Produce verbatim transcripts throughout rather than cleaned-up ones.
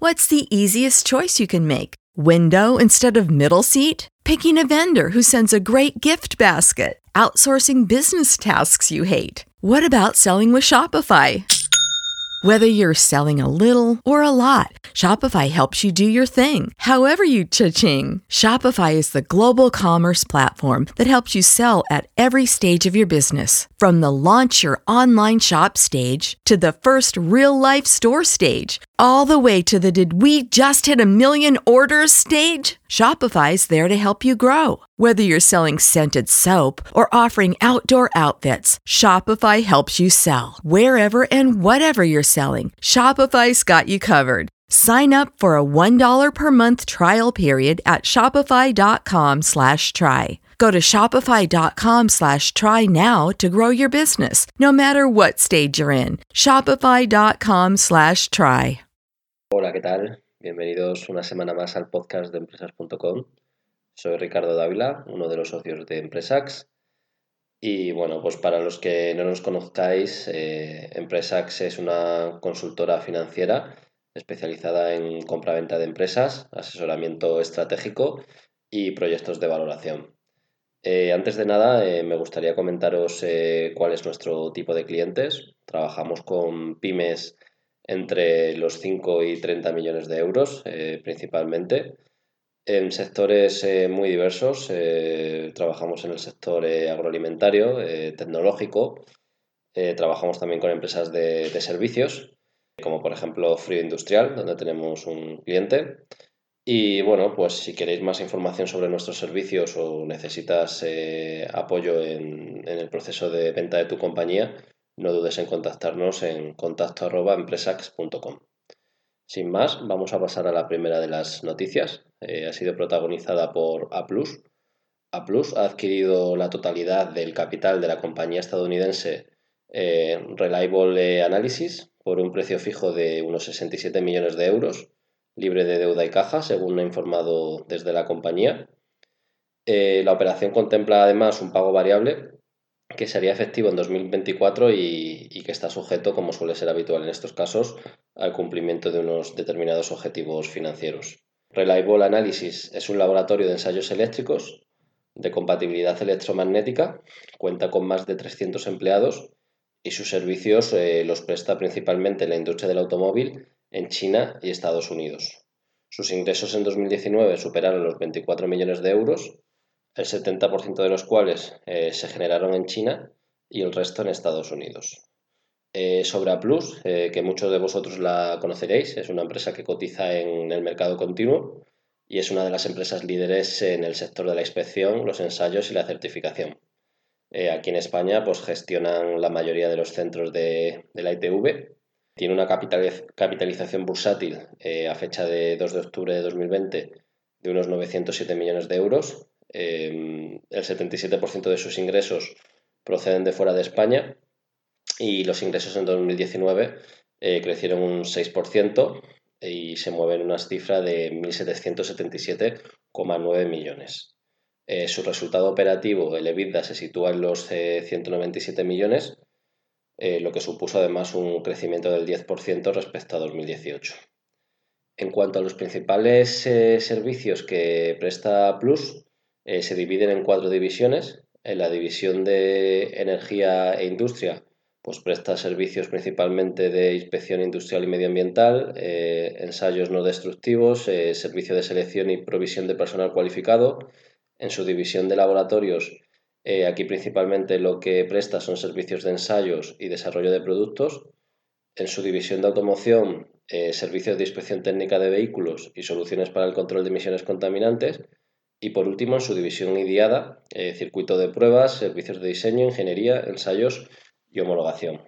What's the easiest choice you can make? Window instead of middle seat? Picking a vendor who sends a great gift basket? Outsourcing business tasks you hate? What about selling with Shopify? Whether you're selling a little or a lot, Shopify helps you do your thing, however you cha-ching. Shopify is the global commerce platform that helps you sell at every stage of your business. From the launch your online shop stage to the first real-life store stage, all the way to the did we just hit a million orders stage? Shopify's there to help you grow. Whether you're selling scented soap or offering outdoor outfits, Shopify helps you sell. Wherever and whatever you're selling, Shopify's got you covered. Sign up for a one dollar per month trial period at shopify.com slash try. Go to shopify.com slash try now to grow your business, no matter what stage you're in. Shopify.com slash try. Hola, ¿qué tal? Bienvenidos una semana más al podcast de empresas punto com. Soy Ricardo Dávila, uno de los socios de Empresax. Y bueno, pues para los que no nos conozcáis, eh, Empresax es una consultora financiera especializada en compraventa de empresas, asesoramiento estratégico y proyectos de valoración. Eh, antes de nada, eh, me gustaría comentaros eh, cuál es nuestro tipo de clientes. Trabajamos con pymes entre los cinco y treinta millones de euros, eh, principalmente, en sectores eh, muy diversos. Eh, trabajamos en el sector eh, agroalimentario, eh, tecnológico. Eh, trabajamos también con empresas de, de servicios, como por ejemplo Frío Industrial, donde tenemos un cliente. Y bueno, pues si queréis más información sobre nuestros servicios o necesitas eh, apoyo en, en el proceso de venta de tu compañía, no dudes en contactarnos en contacto arroba empresax punto com. Sin más, vamos a pasar a la primera de las noticias. Eh, ha sido protagonizada por A plus. A plus ha adquirido la totalidad del capital de la compañía estadounidense eh, Reliable Analysis por un precio fijo de unos sesenta y siete millones de euros, libre de deuda y caja, según ha informado desde la compañía. Eh, la operación contempla además un pago variable que sería efectivo en dos mil veinticuatro y, y que está sujeto, como suele ser habitual en estos casos, al cumplimiento de unos determinados objetivos financieros. Reliable Analysis es un laboratorio de ensayos eléctricos de compatibilidad electromagnética, cuenta con más de trescientos empleados y sus servicios eh, los presta principalmente en la industria del automóvil en China y Estados Unidos. Sus ingresos en dos mil diecinueve superaron los veinticuatro millones de euros, el setenta por ciento de los cuales eh, se generaron en China y el resto en Estados Unidos. Eh, sobre A plus, eh, que muchos de vosotros la conoceréis, es una empresa que cotiza en el mercado continuo y es una de las empresas líderes en el sector de la inspección, los ensayos y la certificación. Eh, aquí en España pues, gestionan la mayoría de los centros de, de la I T V. Tiene una capitaliz- capitalización bursátil eh, a fecha de dos de octubre de dos mil veinte de unos novecientos siete millones de euros. Eh, el setenta y siete por ciento de sus ingresos proceden de fuera de España y los ingresos en dos mil diecinueve eh, crecieron un seis por ciento y se mueven una cifra de mil setecientos setenta y siete coma nueve millones. Eh, su resultado operativo, el EBITDA, se sitúa en los eh, ciento noventa y siete millones, eh, lo que supuso además un crecimiento del diez por ciento respecto a dos mil dieciocho. En cuanto a los principales eh, servicios que presta Plus, eh, se dividen en cuatro divisiones. En la división de energía e industria, pues presta servicios principalmente de inspección industrial y medioambiental, eh, ensayos no destructivos, eh, servicio de selección y provisión de personal cualificado. En su división de laboratorios, eh, aquí principalmente lo que presta son servicios de ensayos y desarrollo de productos. En su división de automoción, eh, servicios de inspección técnica de vehículos y soluciones para el control de emisiones contaminantes. Y por último, en su división IDIADA, eh, circuito de pruebas, servicios de diseño, ingeniería, ensayos y homologación.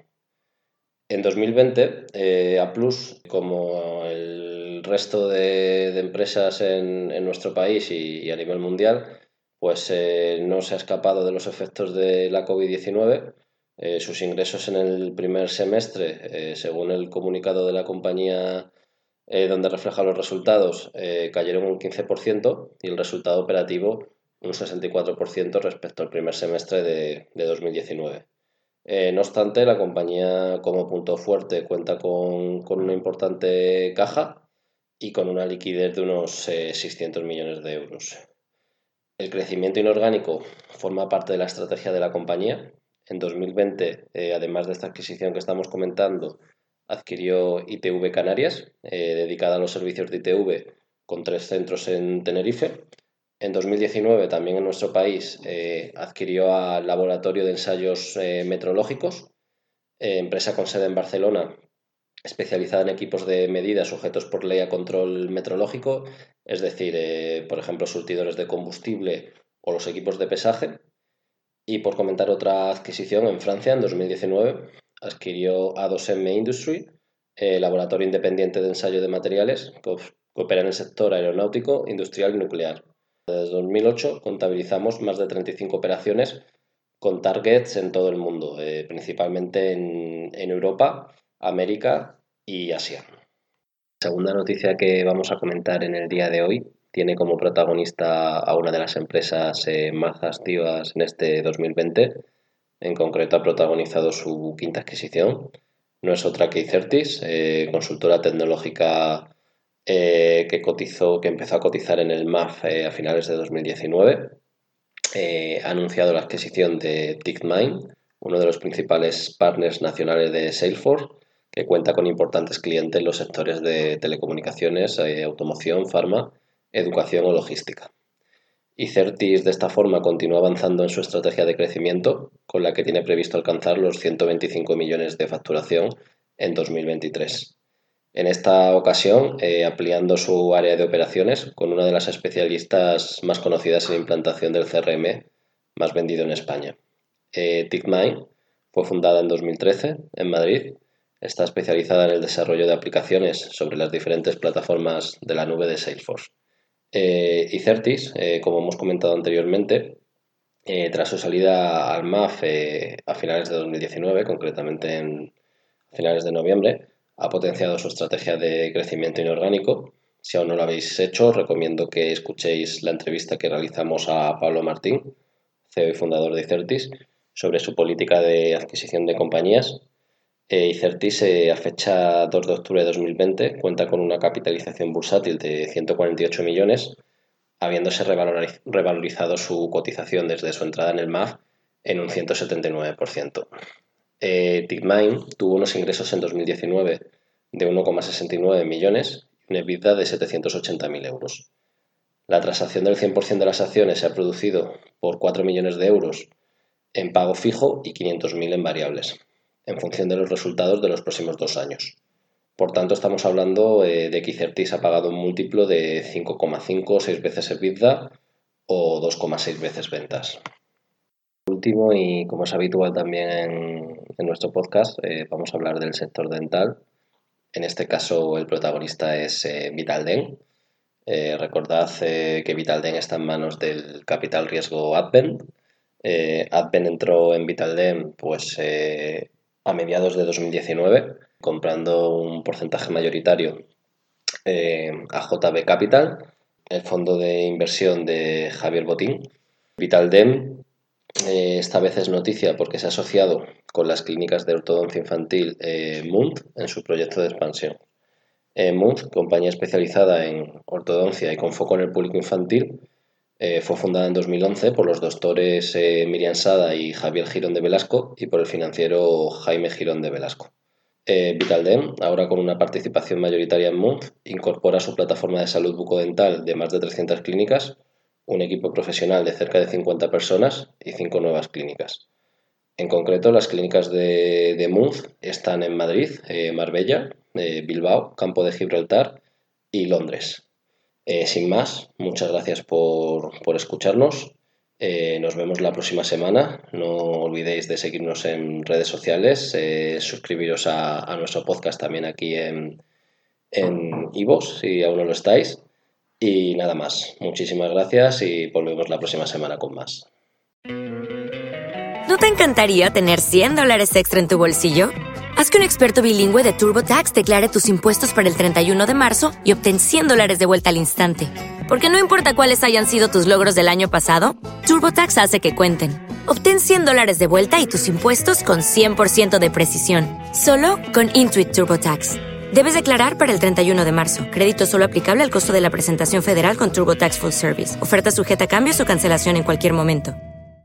En dos mil veinte, eh, A plus, como el resto de, de empresas en, en, nuestro país y, y a nivel mundial, pues eh, no se ha escapado de los efectos de la covid diecinueve. Eh, sus ingresos en el primer semestre, eh, según el comunicado de la compañía eh, donde refleja los resultados, eh, cayeron un quince por ciento y el resultado operativo un sesenta y cuatro por ciento respecto al primer semestre de, de dos mil diecinueve. Eh, no obstante, la compañía como punto fuerte cuenta con, con una importante caja y con una liquidez de unos eh, seiscientos millones de euros. El crecimiento inorgánico forma parte de la estrategia de la compañía. En dos mil veinte, eh, además de esta adquisición que estamos comentando, adquirió I T V Canarias, eh, dedicada a los servicios de I T V, con tres centros en Tenerife. En dos mil diecinueve, también en nuestro país, eh, adquirió al Laboratorio de Ensayos eh, Metrológicos, eh, empresa con sede en Barcelona, especializada en equipos de medida sujetos por ley a control metrológico, es decir, eh, por ejemplo, surtidores de combustible o los equipos de pesaje. Y por comentar otra adquisición, en Francia, en dos mil diecinueve, adquirió A dos M Industry, eh, laboratorio independiente de ensayo de materiales que opera en el sector aeronáutico, industrial y nuclear. Desde dos mil ocho contabilizamos más de treinta y cinco operaciones con targets en todo el mundo, eh, principalmente en, en Europa, América y Asia. La segunda noticia que vamos a comentar en el día de hoy tiene como protagonista a una de las empresas eh, más activas en este dos mil veinte. En concreto ha protagonizado su quinta adquisición. No es otra que Icertis, eh, consultora tecnológica eh, que cotizó, que empezó a cotizar en el M A F eh, a finales de dos mil diecinueve. Eh, ha anunciado la adquisición de DeepMind, uno de los principales partners nacionales de Salesforce, que cuenta con importantes clientes en los sectores de telecomunicaciones, eh, automoción, farma, educación o logística. Icertis de esta forma continúa avanzando en su estrategia de crecimiento, con la que tiene previsto alcanzar los ciento veinticinco millones de facturación en dos mil veintitrés. En esta ocasión, eh, ampliando su área de operaciones con una de las especialistas más conocidas en implantación del C R M más vendido en España. Eh, DeepMind fue fundada en dos mil trece en Madrid. Está especializada en el desarrollo de aplicaciones sobre las diferentes plataformas de la nube de Salesforce. Eh, Icertis, eh, como hemos comentado anteriormente, eh, tras su salida al M A F eh, a finales de dos mil diecinueve, concretamente en finales de noviembre, ha potenciado su estrategia de crecimiento inorgánico. Si aún no lo habéis hecho, os recomiendo que escuchéis la entrevista que realizamos a Pablo Martín, C E O y fundador de Icertis, sobre su política de adquisición de compañías. Eh, Icertis, eh, a fecha dos de octubre de dos mil veinte, cuenta con una capitalización bursátil de ciento cuarenta y ocho millones, habiéndose revaloriz- revalorizado su cotización desde su entrada en el M A F en un ciento setenta y nueve por ciento. Eh, DeepMind tuvo unos ingresos en dos mil diecinueve de uno coma sesenta y nueve millones y una EBITDA de setecientos ochenta mil euros. La transacción del cien por ciento de las acciones se ha producido por cuatro millones de euros en pago fijo y quinientos mil en variables, en función de los resultados de los próximos dos años. Por tanto, estamos hablando eh, de que Icertis ha pagado un múltiplo de cinco coma cinco o seis veces EBITDA o dos coma seis veces ventas. Por último, y como es habitual también en, en nuestro podcast, eh, vamos a hablar del sector dental. En este caso, el protagonista es eh, Vitaldent. Eh, recordad eh, que Vitaldent está en manos del capital riesgo Advent. Eh, Advent entró en Vitaldent pues, eh, a mediados de dos mil diecinueve, comprando un porcentaje mayoritario eh, a J B Capital, el fondo de inversión de Javier Botín. Vitaldent eh, esta vez es noticia porque se ha asociado con las clínicas de ortodoncia infantil eh, Munt en su proyecto de expansión. Eh, Munt, compañía especializada en ortodoncia y con foco en el público infantil, eh, fue fundada en dos mil once por los doctores eh, Miriam Sada y Javier Girón de Velasco y por el financiero Jaime Girón de Velasco. Eh, Vitaldent, ahora con una participación mayoritaria en Munt, incorpora a su plataforma de salud bucodental de más de trescientas clínicas, un equipo profesional de cerca de cincuenta personas y cinco nuevas clínicas. En concreto, las clínicas de, de Munt están en Madrid, eh, Marbella, eh, Bilbao, Campo de Gibraltar y Londres. Eh, sin más, muchas gracias por, por escucharnos. Eh, nos vemos la próxima semana. No olvidéis de seguirnos en redes sociales, eh, suscribiros a, a nuestro podcast también aquí en en iVoox, si aún no lo estáis. Y nada más. Muchísimas gracias y volvemos la próxima semana con más. ¿No te encantaría tener cien dólares extra en tu bolsillo? Haz que un experto bilingüe de TurboTax declare tus impuestos para el treinta y uno de marzo y obtén cien dólares de vuelta al instante. Porque no importa cuáles hayan sido tus logros del año pasado, TurboTax hace que cuenten. Obtén cien dólares de vuelta y tus impuestos con cien por ciento de precisión. Solo con Intuit TurboTax. Debes declarar para el treinta y uno de marzo. Crédito solo aplicable al costo de la presentación federal con TurboTax Full Service. Oferta sujeta a cambios o cancelación en cualquier momento.